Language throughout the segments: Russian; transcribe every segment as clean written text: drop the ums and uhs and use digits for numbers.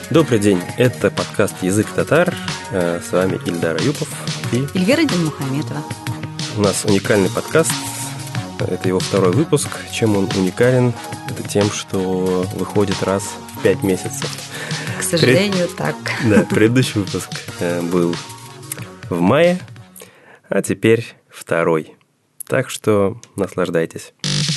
Добрый день, это подкаст «Язык татар». С вами Ильдар Аюпов и Эльвира Динмухаметова. У нас уникальный подкаст. Это его второй выпуск. Чем он уникален? Это тем, что выходит раз в 5 месяцев. К сожалению, так. Да, предыдущий выпуск был в мае, а теперь второй. Так что наслаждайтесь.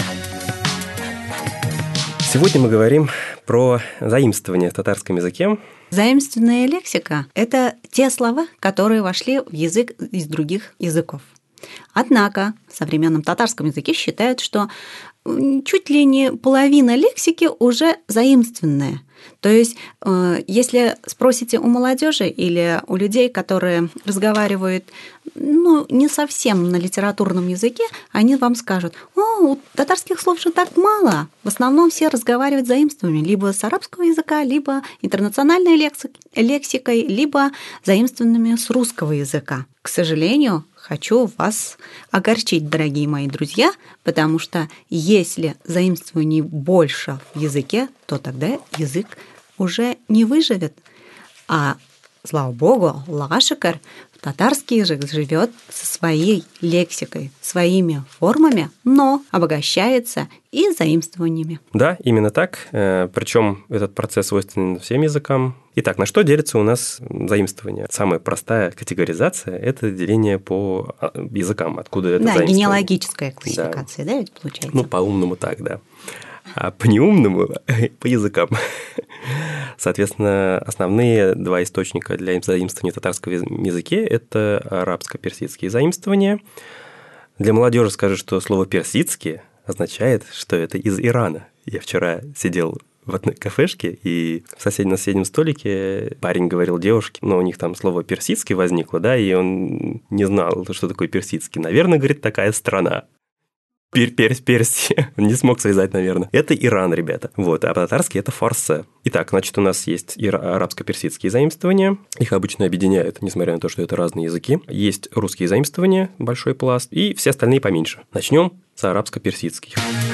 Сегодня мы говорим про заимствование в татарском языке. Заимствованная лексика – это те слова, которые вошли в язык из других языков. Однако в современном татарском языке считают, что чуть ли не половина лексики уже заимствованная. То есть, если спросите у молодежи или у людей, которые разговаривают не совсем на литературном языке, они вам скажут: у татарских слов же так мало. В основном все разговаривают заимствованиями либо с арабского языка, либо интернациональной лексикой, либо заимствованными с русского языка. К сожалению, хочу вас огорчить, дорогие мои друзья, потому что если заимствований больше в языке, то тогда язык уже не выживет. А, слава богу, Аллаху шукр, татарский язык живет со своей лексикой, своими формами, но обогащается и заимствованиями. Да, именно так. Причем этот процесс свойственен всем языкам. Итак, на что делится у нас заимствование? Самая простая категоризация – это деление по языкам, откуда это заимствование. Да, генеалогическая классификация, да, ведь получается? По-умному так, да. А по-неумному – по языкам. Соответственно, основные два источника для заимствования в татарском языке – это арабско-персидские заимствования. Для молодежи скажу, что слово «персидские» означает, что это из Ирана. Я вчера сидел в одной кафешке, и на соседнем столике парень говорил девушке, у них там слово «персидский» возникло, да, и он не знал, что такое персидский. Наверное, говорит, такая страна. Персия. Не смог связать, наверное. Это Иран, ребята. А по-татарски это фарсе. Итак, значит, у нас есть арабско-персидские заимствования. Их обычно объединяют, несмотря на то, что это разные языки. Есть русские заимствования, большой пласт, и все остальные поменьше. Начнем с арабско-персидских.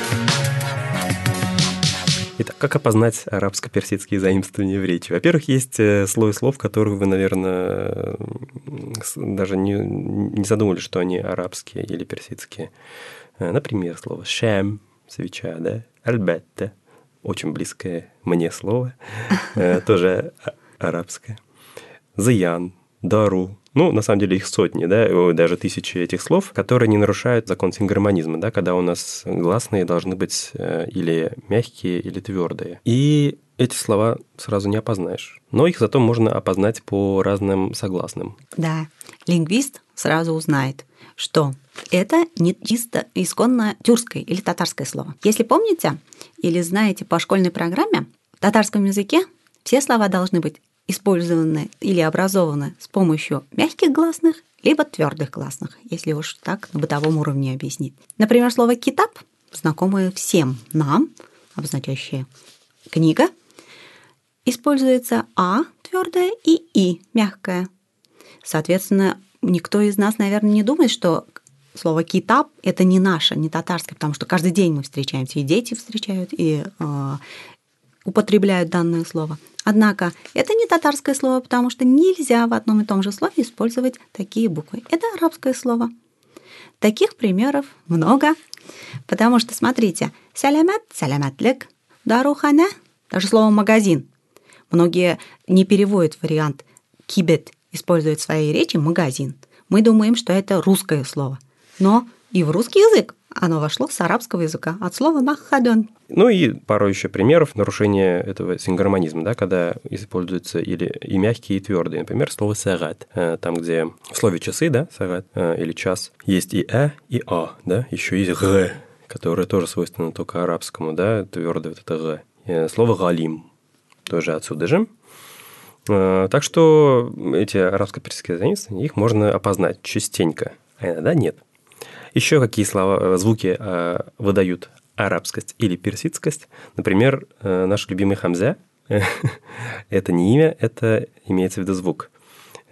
Итак, как опознать арабско-персидские заимствования в речи? Во-первых, есть слой слов, которых вы, наверное, даже не задумывались, что они арабские или персидские. Например, слово «шам» – свеча, да? «Аль-батта» – очень близкое мне слово, тоже арабское. «Заян», «дару». На самом деле их сотни, да, даже тысячи этих слов, которые не нарушают закон сингармонизма, да, когда у нас гласные должны быть или мягкие, или твердые. И эти слова сразу не опознаешь, но их зато можно опознать по разным согласным. Да, лингвист сразу узнает, что это не чисто исконно тюркское или татарское слово. Если помните или знаете по школьной программе, в татарском языке все слова должны быть использованы или образованы с помощью мягких гласных, либо твердых гласных, если уж так на бытовом уровне объяснить. Например, слово «китаб», знакомое всем нам, обозначающее «книга», используется «а» твердое и «и» мягкое. Соответственно, никто из нас, наверное, не думает, что слово «китаб» – это не наше, не татарское, потому что каждый день мы встречаемся, и дети встречают, и употребляют данное слово. Однако это не татарское слово, потому что нельзя в одном и том же слове использовать такие буквы. Это арабское слово. Таких примеров много, потому что, смотрите, «салямат», «саляматлик», «дарухана», даже слово «магазин». Многие не переводят вариант «кибет», используют в своей речи «магазин». Мы думаем, что это русское слово. Но и в русский язык оно вошло с арабского языка, от слова «маххадон». И пару еще примеров нарушения этого сингармонизма, да, когда используются и мягкие, и твердые. Например, слово «сагат». Там, где в слове «часы», да, «сагат» или «час», есть и и да, еще есть «г», которое тоже свойственно только арабскому, да, твердое это «г». Слово «галим» тоже отсюда же. Так что эти арабско-персидские заимствования, их можно опознать частенько, а иногда нет. Еще какие звуки выдают арабскость или персидскость? Например, наш любимый хамза – это не имя, это имеется в виду звук.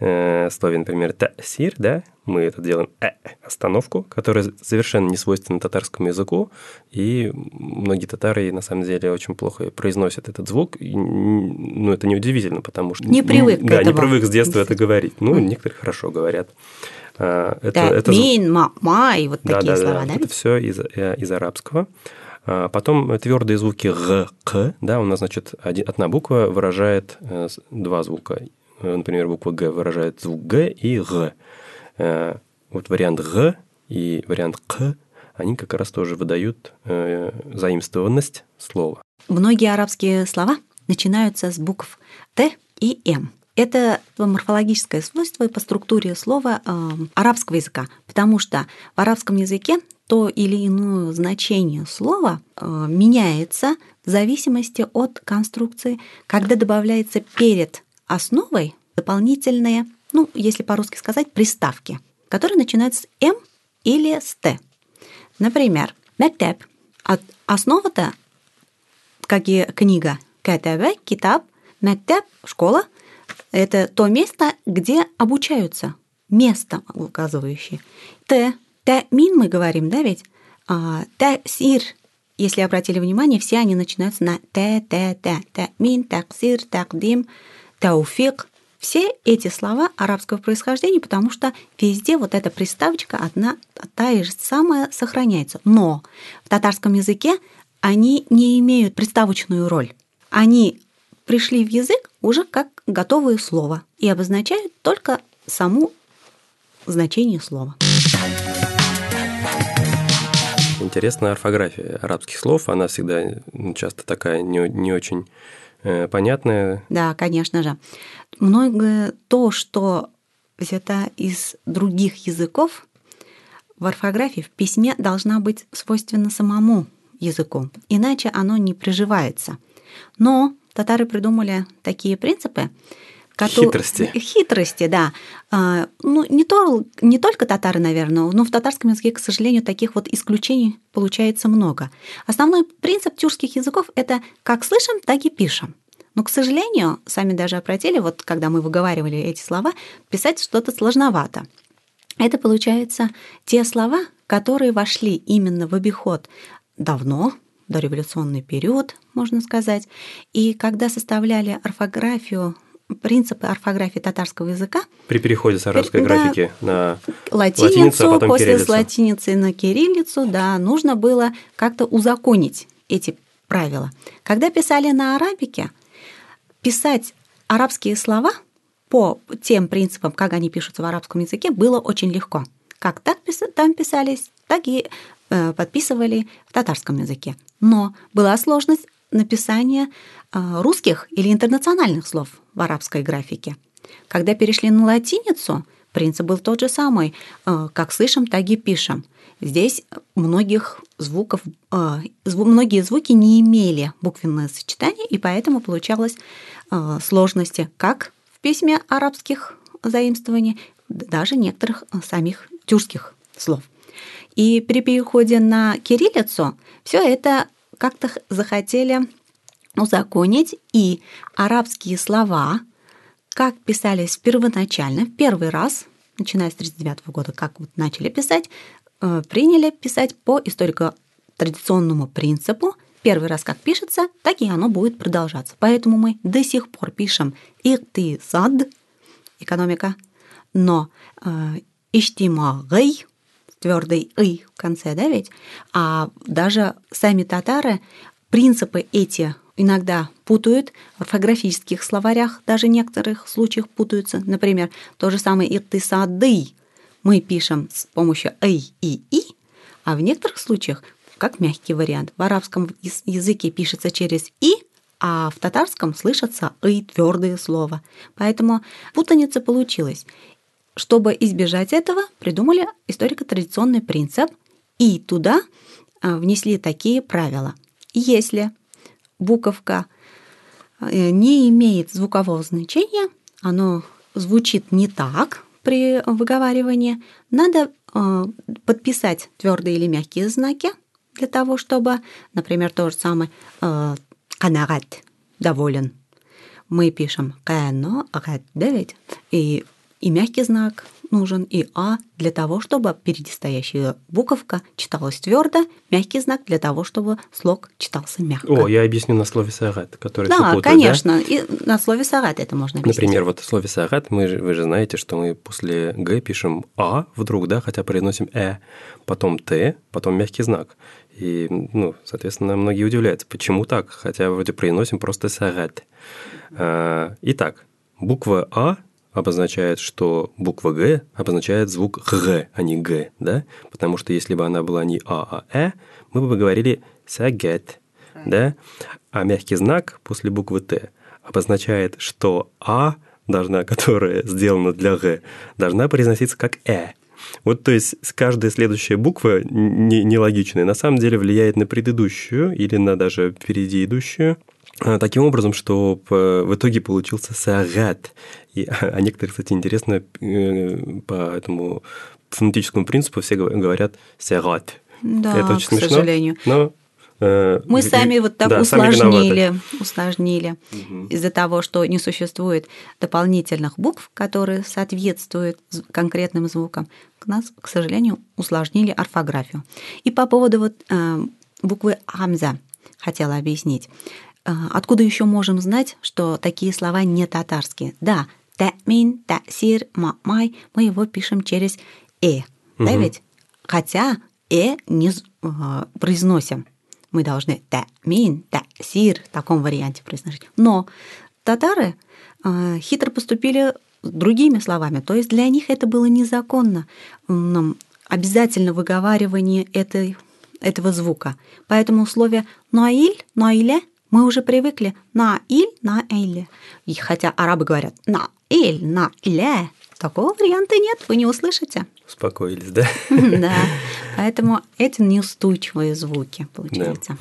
слове, например, «та'сир», да, мы это делаем остановку, которая совершенно не свойственна татарскому языку, и многие татары, на самом деле, очень плохо произносят этот звук. И, ну, это неудивительно, потому что... Не привык к этому. Не привык с детства это говорить. Ну, некоторые хорошо говорят. Мин, май, вот такие слова, да? Это все из арабского. Потом твердые звуки «г», «к», да, у нас, значит, одна буква выражает два звука. Например, буква «г» выражает звук «г» и «г». Вот вариант «г» и вариант «к», они как раз тоже выдают заимствованность слова. Многие арабские слова начинаются с букв «т» и «м». Это морфологическое свойство по структуре слова арабского языка, потому что в арабском языке то или иное значение слова меняется в зависимости от конструкции, когда добавляется перед основой дополнительные, ну, если по-русски сказать, приставки, которые начинаются с «м» или с «т». Например, «мектеб». Основа-то, как и книга, «катабе», «китаб», «мектеб», «школа». Это то место, где обучаются, место указывающее. Мин мы говорим, да, ведь? Сир, если обратили внимание, все они начинаются на мин, таксир, такдим, тауфик. Все эти слова арабского происхождения, потому что везде вот эта приставочка одна, та же самая сохраняется. Но в татарском языке они не имеют приставочную роль. Они пришли в язык уже как готовое слово и обозначают только само значение слова. Интересная орфография арабских слов, она всегда часто такая не очень понятная. Да, конечно же. Многое то, что взято из других языков, в орфографии, в письме должна быть свойственна самому языку, иначе оно не приживается. Но татары придумали такие принципы, Хитрости, да. Ну, не только татары, наверное, но в татарском языке, к сожалению, таких вот исключений получается много. Основной принцип тюркских языков – это как слышим, так и пишем. Но, к сожалению, сами даже обратили, вот когда мы выговаривали эти слова, писать что-то сложновато. Это, получается, те слова, которые вошли именно в обиход давно, дореволюционный период, можно сказать, и когда составляли орфографию, принципы орфографии татарского языка. При переходе с арабской графики на латиницу, а потом после кириллицу. С латиницы на кириллицу, да, нужно было как-то узаконить эти правила. Когда писали на арабике, писать арабские слова по тем принципам, как они пишутся в арабском языке, было очень легко. Как там писались, так и подписывали в татарском языке. Но была сложность написания русских или интернациональных слов в арабской графике. Когда перешли на латиницу, принцип был тот же самый. Как слышим, так и пишем. Здесь многие звуки не имели буквенное сочетание, и поэтому получалось сложности как в письме арабских заимствований, даже некоторых самих тюркских слов. И при переходе на кириллицу все это как-то захотели узаконить, и арабские слова, как писались первоначально, в первый раз, начиная с 1939 года, как вот начали писать, приняли писать по историко-традиционному принципу. Первый раз как пишется, так и оно будет продолжаться. Поэтому мы до сих пор пишем иктисад, экономика, но иштимагый, твердый «ый» в конце, да ведь? А даже сами татары принципы эти иногда путают, в орфографических словарях даже в некоторых случаях путаются. Например, то же самое «иктисады» мы пишем с помощью «эй» и «и», а в некоторых случаях, как мягкий вариант, в арабском языке пишется через «и», а в татарском слышится «ый» твердое слово. Поэтому путаница получилась. Чтобы избежать этого, придумали историко-традиционный принцип и туда внесли такие правила. Если буковка не имеет звукового значения, оно звучит не так при выговаривании, надо подписать твердые или мягкие знаки для того, чтобы, например, то же самое «канагат» – «доволен». Мы пишем «канагат», да ведь? И и мягкий знак нужен, и «а» для того, чтобы впереди стоящая буковка читалась твердо, мягкий знак для того, чтобы слог читался мягко. О, я объясню на слове «сагат», который все Да, путают, конечно, и на слове «сагат» это можно объяснить. Например, вот в слове «сагат» вы же знаете, что мы после «г» пишем «а» вдруг, да, хотя произносим потом «т», потом мягкий знак. И, соответственно, многие удивляются, почему так, хотя вроде произносим просто «сагат». Итак, буква «а» обозначает, что буква «г» обозначает звук «г», а не «г», да? Потому что если бы она была не «а», а мы бы говорили «сагат», да? А мягкий знак после буквы «т» обозначает, что «а», которая сделана для «г», должна произноситься как Вот, то есть, каждая следующая буква нелогичная на самом деле влияет на предыдущую или на даже впереди идущую, таким образом, что в итоге получился «сагат». А некоторые, кстати, интересно, по этому фонетическому принципу все говорят «сагат». Да, это очень к смешно, сожалению. но... Мы сами вот так усложнили из-за того, что не существует дополнительных букв, которые соответствуют конкретным звукам. Нас, к сожалению, усложнили орфографию. И по поводу буквы «амза» хотела объяснить. Откуда еще можем знать, что такие слова не татарские? Да, «тәмин», «тәсир», «мамай» мы его пишем через да ведь? Хотя не произносим. Мы должны «тәмин», «тәсир» в таком варианте произносить. Но татары хитро поступили другими словами. То есть для них это было незаконно. Обязательно выговаривание этого звука. Поэтому условие «наиль», «наиле» мы уже привыкли «наиль», «наиле». И хотя арабы говорят «наиль», «наиле», такого варианта нет, вы не услышите. Успокоились, да? Да, поэтому эти неустойчивые звуки получаются.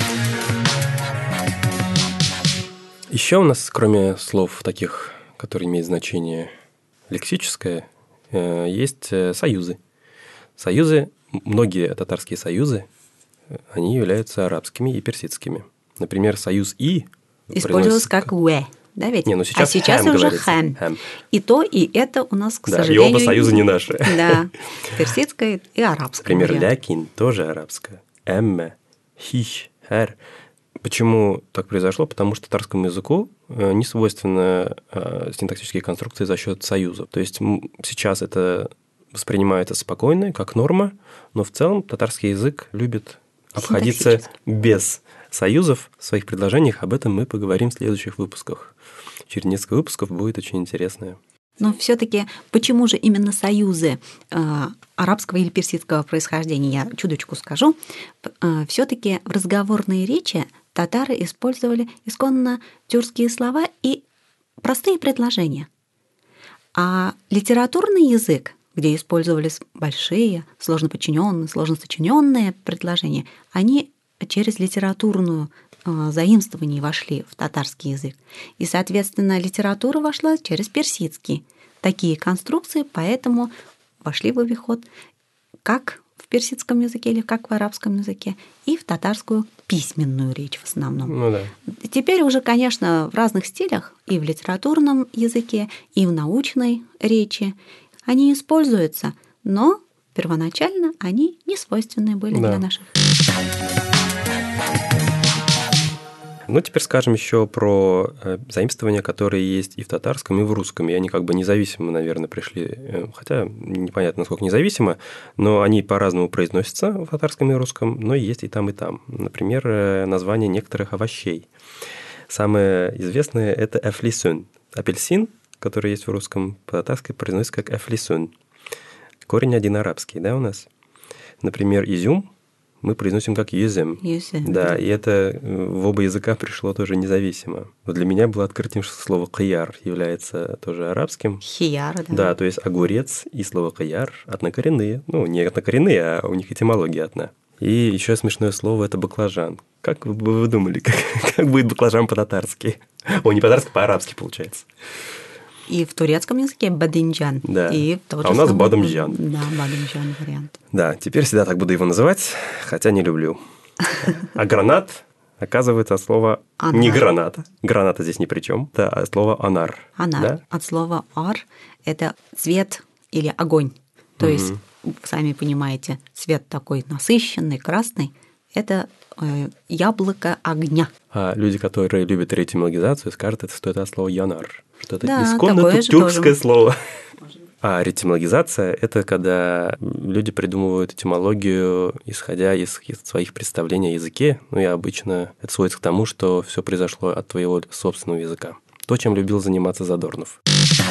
Еще у нас, кроме слов таких, которые имеют значение лексическое, есть союзы. Союзы, многие татарские союзы, они являются арабскими и персидскими. Например, союз «и» использовался как «уэ». Да, ведь? Сейчас уже «хэм». И то, и это у нас, к сожалению... И оба союза не наши. Да, персидское и арабское. Например, «лякин» тоже арабское. «Эмме», «хищ», «хэр». Почему так произошло? Потому что татарскому языку не свойственны синтаксические конструкции за счет союзов. То есть сейчас это воспринимается спокойно, как норма, но в целом татарский язык любит обходиться без союзов в своих предложениях. Об этом мы поговорим в следующих выпусках. Через несколько выпусков будет очень интересно. Но все-таки почему же именно союзы арабского или персидского происхождения? Я чуточку скажу. Все-таки в разговорной речи татары использовали исконно тюркские слова и простые предложения. А литературный язык, где использовались большие, сложно подчиненные, сложно сочиненные предложения, они через литературную заимствование вошли в татарский язык. И, соответственно, литература вошла через персидский. Такие конструкции поэтому вошли в обиход как в персидском языке или как в арабском языке, и в татарскую письменную речь в основном. Ну, да. Теперь уже, конечно, в разных стилях, и в литературном языке, и в научной речи они используются, но первоначально они не свойственны были для наших. Ну, теперь скажем еще про заимствования, которые есть и в татарском, и в русском. И они как бы независимо, наверное, пришли, хотя непонятно, насколько независимо, но они по-разному произносятся в татарском и русском, но есть и там, и там. Например, название некоторых овощей. Самое известное – это эфлисун. Апельсин, который есть в русском, по-татарски произносится как эфлисун. Корень один арабский, да, у нас? Например, изюм мы произносим как юзем. Да, и это в оба языка пришло тоже независимо. Но для меня было открытием, что слово «кияр» является тоже арабским. Хияр, да. Да, то есть огурец и слово «кияр» однокоренные. Ну, не однокоренные, а у них этимология одна. И еще смешное слово – это баклажан. Как вы думали, как будет баклажан по-татарски? О, не по-татарски, по-арабски получается. И в турецком языке бадынджан. Да. И у нас бадымджан. Да, бадымджан вариант. Да, теперь всегда так буду его называть, хотя не люблю. А гранат Оказывается, слово Анар. не граната. Граната здесь ни при чем. Да, а слово анар. Анар. Да? От слова ар – это цвет или огонь. То есть, сами понимаете, цвет такой насыщенный, красный – это яблоко огня. А люди, которые любят ретимологизацию, скажут, что это слово янар, что это Да, исконно такое же тюркское тоже. слово. А ретимологизация – это когда люди придумывают этимологию, исходя из своих представлений о языке. Ну и обычно это сводится к тому, что все произошло от твоего собственного языка. То, чем любил заниматься Задорнов.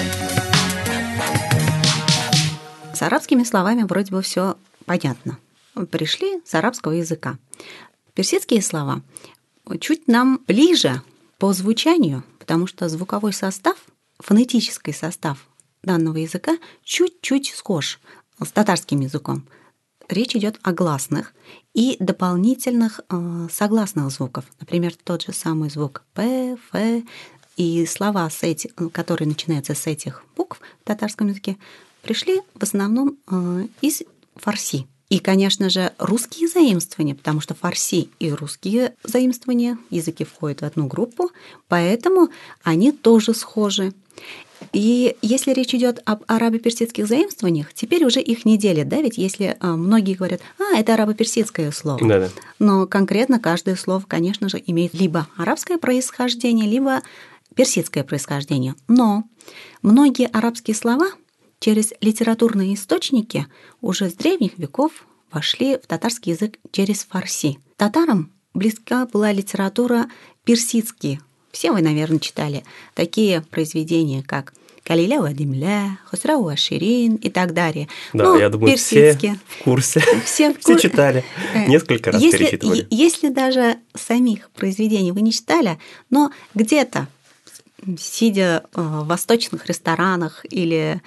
С арабскими словами вроде бы все понятно. Пришли с арабского языка. Персидские слова чуть нам ближе по звучанию, потому что звуковой состав, фонетический состав данного языка чуть-чуть схож с татарским языком. Речь идет о гласных и дополнительных согласных звуков. Например, тот же самый звук «п», «ф», и слова, которые начинаются с этих букв в татарском языке, пришли в основном из фарси. И, конечно же, русские заимствования, потому что фарси и русские заимствования, языки входят в одну группу, поэтому они тоже схожи. И если речь идет об арабо-персидских заимствованиях, теперь уже их не делят, да, ведь если многие говорят, это арабо-персидское слово, Да-да. но конкретно каждое слово, конечно же, имеет либо арабское происхождение, либо персидское происхождение. Но многие арабские слова через литературные источники уже с древних веков вошли в татарский язык через фарси. Татарам близка была литература персидские. Все вы, наверное, читали такие произведения, как «Калиля ва Демля», «Хусрау ва Ширин» и так далее. Да, я думаю, все в курсе. Все читали. Несколько раз перечитывали. Если даже самих произведений вы не читали, но где-то, сидя в восточных ресторанах или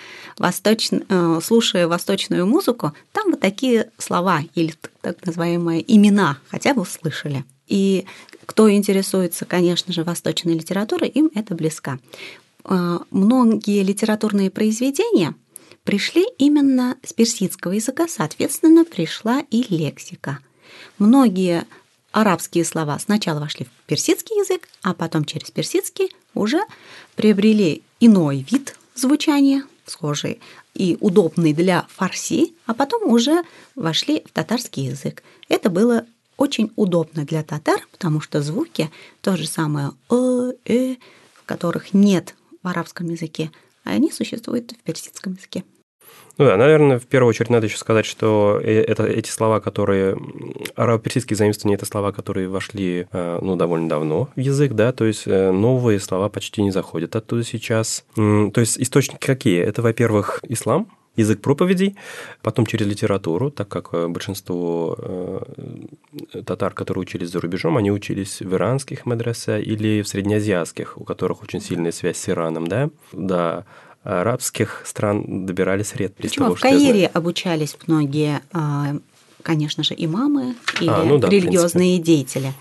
слушая восточную музыку, там вот такие слова или так называемые имена хотя бы услышали. И кто интересуется, конечно же, восточной литературой, им это близко. Многие литературные произведения пришли именно с персидского языка, соответственно, пришла и лексика. Многие арабские слова сначала вошли в персидский язык, а потом через персидский уже приобрели иной вид звучания, схожий и удобный для фарси, а потом уже вошли в татарский язык. Это было очень удобно для татар, потому что звуки, то же самое которых нет в арабском языке, а они существуют в персидском языке. Ну да, наверное, в первую очередь надо еще сказать, что эти слова, которые... Арабо-персидские заимствования – это слова, которые вошли довольно давно в язык, да, то есть новые слова почти не заходят оттуда сейчас. То есть источники какие? Это, во-первых, ислам, язык проповедей, потом через литературу, так как большинство татар, которые учились за рубежом, они учились в иранских медресе или в среднеазиатских, у которых очень сильная связь с Ираном, да, до арабских стран добирались редко. Почему? В Каире обучались многие, конечно же, имамы или религиозные деятели.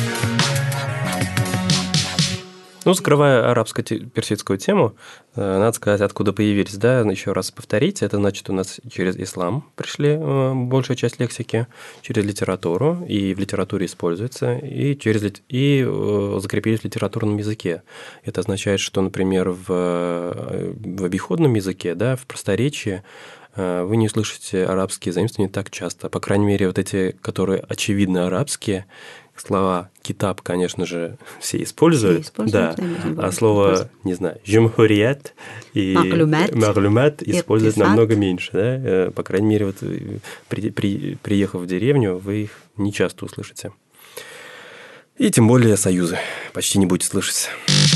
Ну, закрывая арабско-персидскую тему, надо сказать, откуда появились, да, еще раз повторить. Это значит, у нас через ислам пришли большая часть лексики, через литературу, и в литературе используется, и закрепились в литературном языке. Это означает, что, например, в обиходном языке, да, в просторечии, вы не услышите арабские заимствования так часто. По крайней мере, вот эти, которые очевидно арабские, слова «китаб», конечно же, все используют, да. А слово, не знаю, «жумхурият» и «маглюмат» используют намного меньше, да. По крайней мере, вот приехав в деревню, вы их не часто услышите. И тем более союзы почти не будете слышать.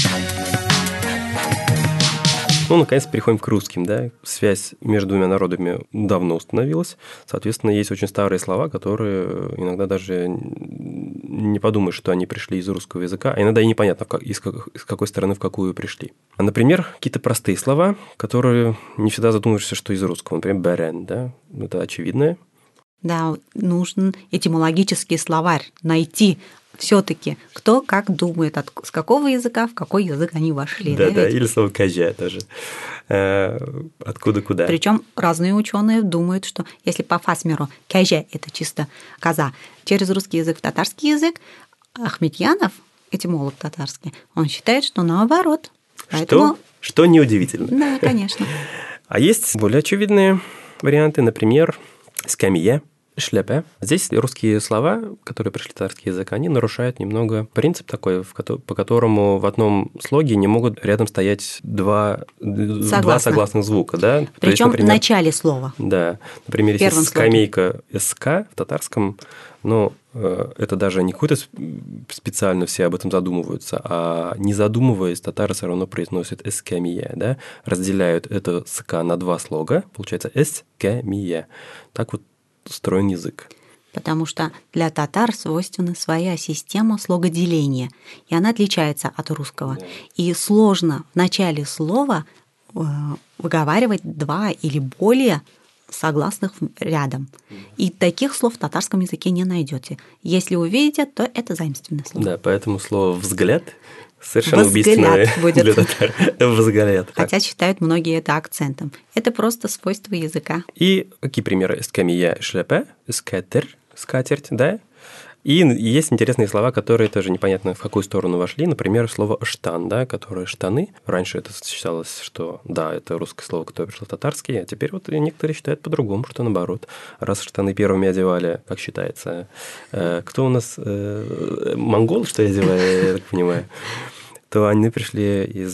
Ну, наконец, переходим к русским, да. Связь между двумя народами давно установилась. Соответственно, есть очень старые слова, которые иногда даже не подумаешь, что они пришли из русского языка, а иногда и непонятно, из какой стороны в какую пришли. А, например, какие-то простые слова, которые не всегда задумываешься, что из русского. Например, «барен», да, это очевидное. Да, нужен этимологический словарь найти. Все-таки кто как думает, с какого языка в какой язык они вошли. Да, или слово «кажа» тоже. Откуда куда. Причем разные ученые думают, что если по Фасмеру «кажа» – это чисто коза, через русский язык в татарский язык, Ахметьянов, этимолог татарский, он считает, что наоборот. Поэтому... Что неудивительно. Да, конечно. А есть более очевидные варианты, например, скамья, шляпа. Здесь русские слова, которые пришли в татарский язык, они нарушают немного принцип такой, по которому в одном слоге не могут рядом стоять два согласных звука. Да? Причем в начале слова. Да. Например, если скамейка СК в татарском, ну, это даже не какой-то специально все об этом задумываются, а не задумываясь, татары все равно произносят эскамия, да? Разделяют это СК на два слога, получается эскамия. Так вот устроен язык. Потому что для татар свойственна своя система слогоделения, и она отличается от русского. Да. И сложно в начале слова выговаривать два или более согласных рядом. И таких слов в татарском языке не найдете. Если увидите, то это заимственное слово. Да, поэтому слово «взгляд» совершенно убийственное для татар. Взгляд. Хотя считают многие это акцентом. Это просто свойство языка. И какие примеры? Скамья, шляпа, скатерть, да? И есть интересные слова, которые тоже непонятно в какую сторону вошли. Например, слово «штан», да, которое «штаны». Раньше это считалось, что да, это русское слово, которое пришло в татарский, а теперь вот некоторые считают по-другому, что наоборот. Раз штаны первыми одевали, как считается, кто у нас? Монголы, что одевали, я так понимаю? То они пришли из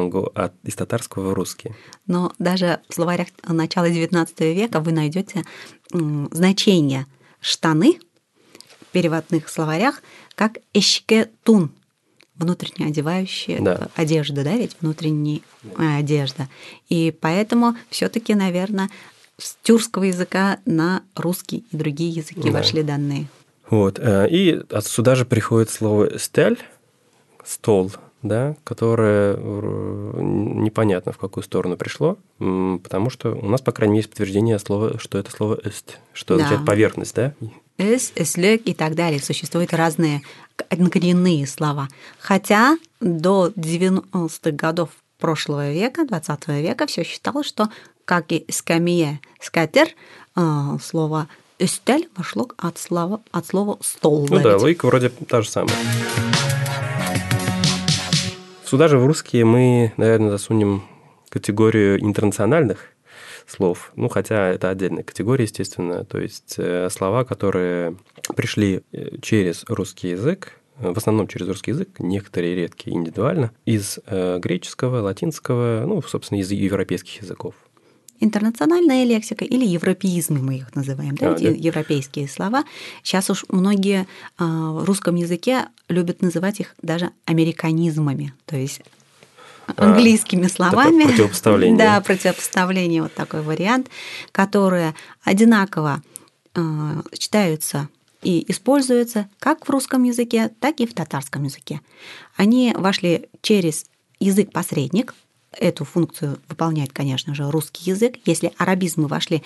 татарского в русский. Но даже в словарях начала XIX века вы найдете значение «штаны» в переводных словарях как «эшкетун», внутренне одевающая одежда, да, ведь внутренняя одежда. И поэтому все-таки, наверное, с тюркского языка на русский и другие языки вошли данные. Вот. И отсюда же приходит слово «стель», «стол», да, которое непонятно в какую сторону пришло, потому что у нас, по крайней мере, есть подтверждение слова, что это слово «эст», что означает поверхность, да? «Эс», «эслек» и так далее. Существуют разные однокоренные слова. Хотя до 90-х годов прошлого века, 20 века, все считалось, что, как и скамья, скатер, слово «эстель» вошло от слова «стол». Ну да, логика вроде та же самая. Сюда же в русские мы, наверное, засунем категорию интернациональных слов, ну, хотя это отдельная категория, естественно, то есть слова, которые пришли через русский язык, в основном через русский язык, некоторые редкие индивидуально, из греческого, латинского, ну, собственно, из европейских языков. Интернациональная лексика или европеизмы мы их называем, да, европейские слова. Сейчас уж многие в русском языке любят называть их даже американизмами, то есть английскими словами. Это противопоставление. Да, противопоставление, вот такой вариант, которые одинаково читаются и используются как в русском языке, так и в татарском языке. Они вошли через язык-посредник. Эту функцию выполняет, конечно же, русский язык. Если арабизмы вошли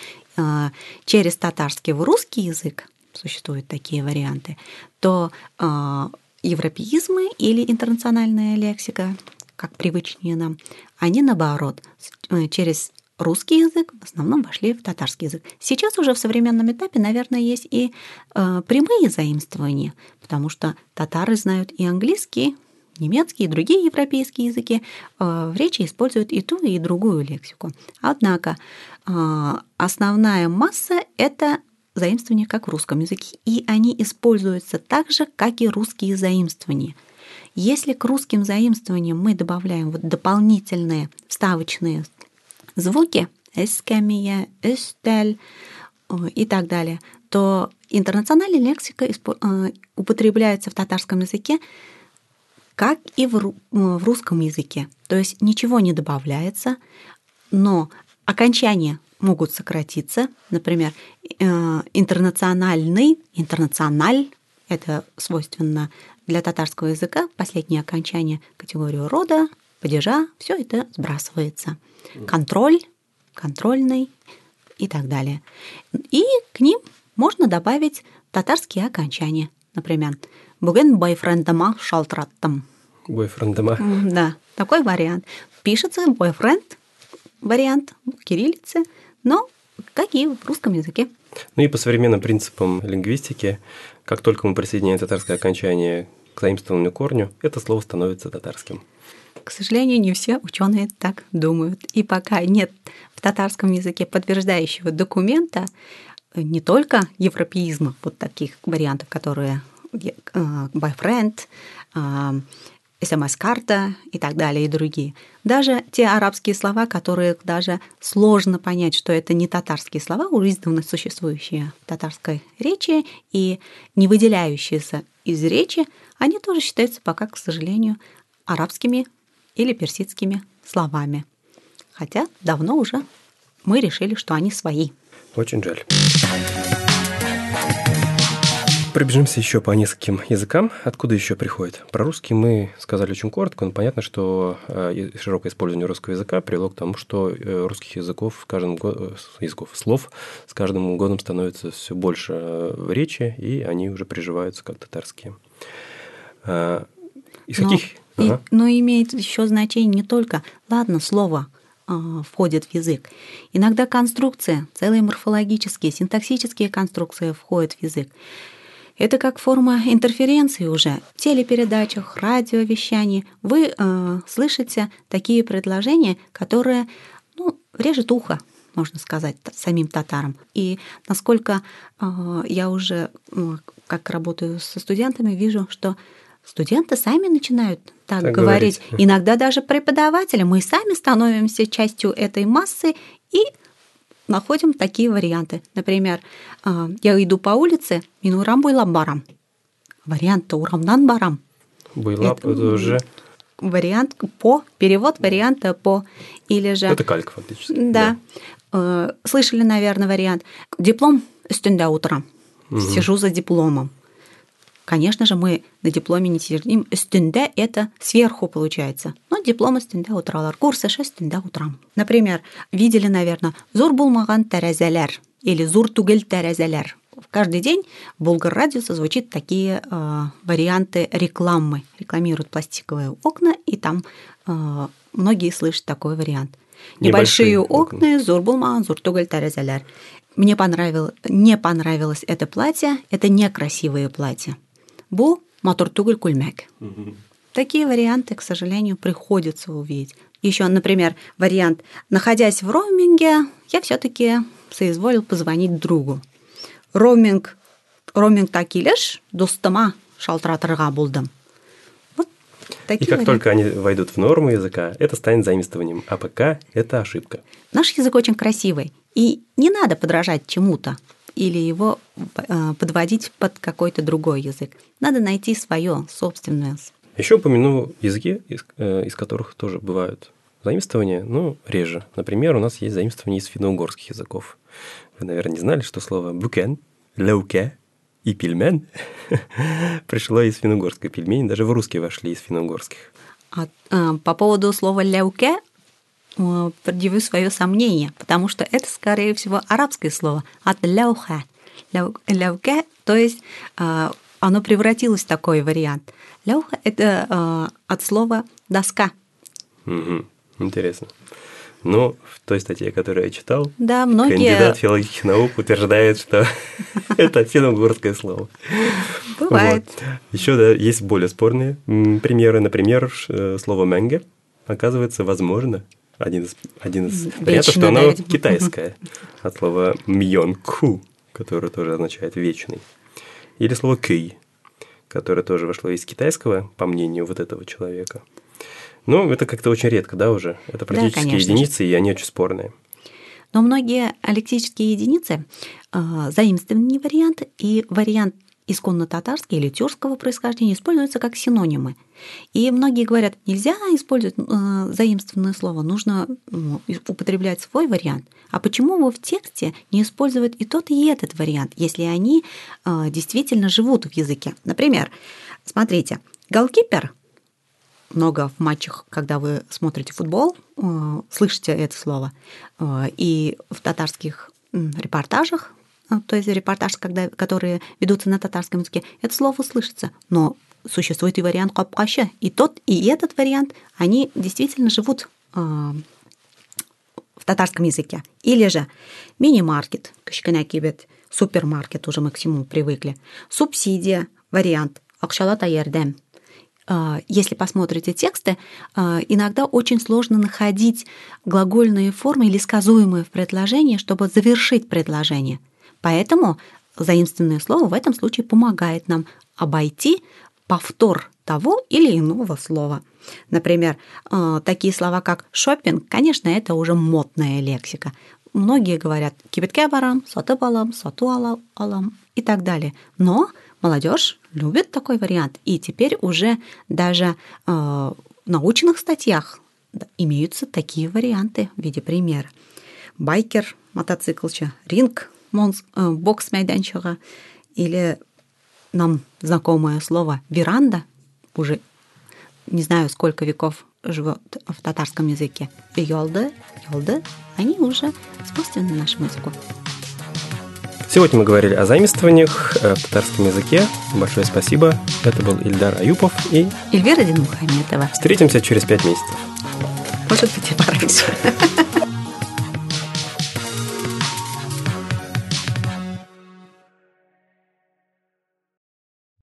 через татарский в русский язык, существуют такие варианты, то европеизмы или интернациональная лексика, как привычнее нам, они, наоборот, через русский язык в основном вошли в татарский язык. Сейчас уже в современном этапе, наверное, есть и прямые заимствования, потому что татары знают и английский, немецкий и другие европейские языки, в речи используют и ту, и другую лексику. Однако основная масса – это заимствования, как в русском языке, и они используются так же, как и русские заимствования. Если к русским заимствованиям мы добавляем вот дополнительные вставочные звуки «эскамия», «эстель» и так далее, то интернациональная лексика употребляется в татарском языке как и в русском языке. То есть ничего не добавляется, но окончания могут сократиться. Например, интернациональный, интернациональ – это свойственно для татарского языка. Последнее окончание категорию рода, падежа – все это сбрасывается. Контроль, контрольный и так далее. И к ним можно добавить татарские окончания. Например, «Бүгін бойфрендыма шалтыраттым». Бойфрендыма. Да, такой вариант. Пишется бойфренд, вариант в кириллице, но как и в русском языке. Ну и по современным принципам лингвистики Как только мы присоединяем татарское окончание к заимствованному корню, это слово становится татарским. К сожалению, не все ученые так думают. И пока нет в татарском языке подтверждающего документа, не только европеизма, вот таких вариантов, которые boyfriend, смс-карта и так далее, и другие. Даже те арабские слова, которые даже сложно понять, что это не татарские слова, уже издавна существующие в татарской речи и не выделяющиеся из речи, они тоже считаются пока, к сожалению, арабскими или персидскими словами. Хотя давно уже мы решили, что они свои. Очень жаль. Пробежимся еще по нескольким языкам. Откуда еще приходит? Про русский мы сказали очень коротко, но понятно, что широкое использование русского языка привело к тому, что русских слов с каждым годом становится все больше в речи, и они уже приживаются как татарские. Из каких? Но имеет еще значение не только, слово входит в язык. Иногда конструкция, целые морфологические, синтаксические конструкции входят в язык. Это как форма интерференции уже в телепередачах, радиовещании. Вы слышите такие предложения, которые режет ухо, можно сказать, самим татарам. И насколько я уже, как работаю со студентами, вижу, что студенты сами начинают так говорить. Иногда даже преподаватели. Мы сами становимся частью этой массы и находим такие варианты. Например, я иду по улице, мин урам буйлап барам. Вариант урамнан барам. Буйлап это уже... Вариант по, перевод варианта по. Или же... Это калька фактически. Да. Слышали, наверное, вариант. Диплом стенда утром. Сижу за дипломом. Конечно же, мы на дипломе не сидим. Стенда – это сверху получается. Но диплом стенда утралар. Курсы стенда утром. Например, видели, наверное, зур булмаган тәрәзәләр или зур түгел тәрәзәләр. Каждый день в Булгаррадио звучат такие варианты рекламы. Рекламируют пластиковые окна, и там многие слышат такой вариант. Небольшие окна, зур булмаган, зур түгел тәрәзәләр. Мне не понравилось это платье. Это некрасивое платье. Бу матур түгел күлмәк. Такие варианты, к сожалению, приходится увидеть. Еще, например, вариант: находясь в роуминге, я все-таки соизволил позвонить другу. Роумингта килеш достыма шалтыратырга булдым. Вот такие. И как только они войдут в норму языка, это станет заимствованием. А пока это ошибка. Наш язык очень красивый, и не надо подражать чему-то или его подводить под какой-то другой язык. Надо найти свое собственное. Еще упомяну языки, из которых тоже бывают заимствования, но реже. Например, у нас есть заимствования из финно-угорских языков. Вы, наверное, не знали, что слово «букен», «лауке» и «пельмен» пришло из финно-угорского. Пельмени даже в русский вошли из финно-угорских. По поводу слова «ляуке» предъявлю свое сомнение, потому что это, скорее всего, арабское слово от ляуха. Ляуке, то есть оно превратилось в такой вариант. Ляуха – это от слова «доска». Интересно. Но в той статье, которую я читал, да, многие... кандидат филологических наук утверждает, что это финно-угорское слово. Бывает. Еще есть более спорные примеры. Например, слово «мэнге» оказывается возможно. Один из вариантов, что оно китайское, от слова «мьон-ку», которое тоже означает «вечный». Или слово «кый», которое тоже вошло из китайского, по мнению вот этого человека. Но это как-то очень редко, да, уже? Это практически единицы, и они очень спорные. Но многие лексические единицы заимствованные варианты, и вариант исконно татарский или тюркского происхождения используются как синонимы. И многие говорят, нельзя использовать заимствованное слово, нужно употреблять свой вариант. А почему вы в тексте не используют и тот, и этот вариант, если они действительно живут в языке? Например, смотрите, голкипер, много в матчах, когда вы смотрите футбол, слышите это слово, и в татарских репортажах, то есть репортажи, которые ведутся на татарском языке, это слово слышится. Но существует и вариант «капкаща». И тот, и этот вариант, они действительно живут в татарском языке. Или же мини-маркет, кішкене кибет, супермаркет, уже мы к всему привыкли. Субсидия, вариант «акшалата ярдем». Если посмотрите тексты, иногда очень сложно находить глагольные формы или сказуемые в предложении, чтобы завершить предложение. Поэтому заимствованное слово в этом случае помогает нам обойти повтор того или иного слова. Например, такие слова, как шопинг, конечно, это уже модная лексика. Многие говорят «кибетке барам», «сатып алам», «сату алам» и так далее. Но молодежь любит такой вариант. И теперь уже даже в научных статьях имеются такие варианты в виде примера. Байкер, мотоциклча, ринг, бокс майданчика или нам знакомое слово «веранда», уже не знаю, сколько веков живет в татарском языке. Йолды, они уже свойственны нашему языку. Сегодня мы говорили о заимствованиях в татарском языке. Большое спасибо. Это был Ильдар Аюпов и Эльвира Динмухаметова. Встретимся через 5 месяцев. Может быть, и пораньше.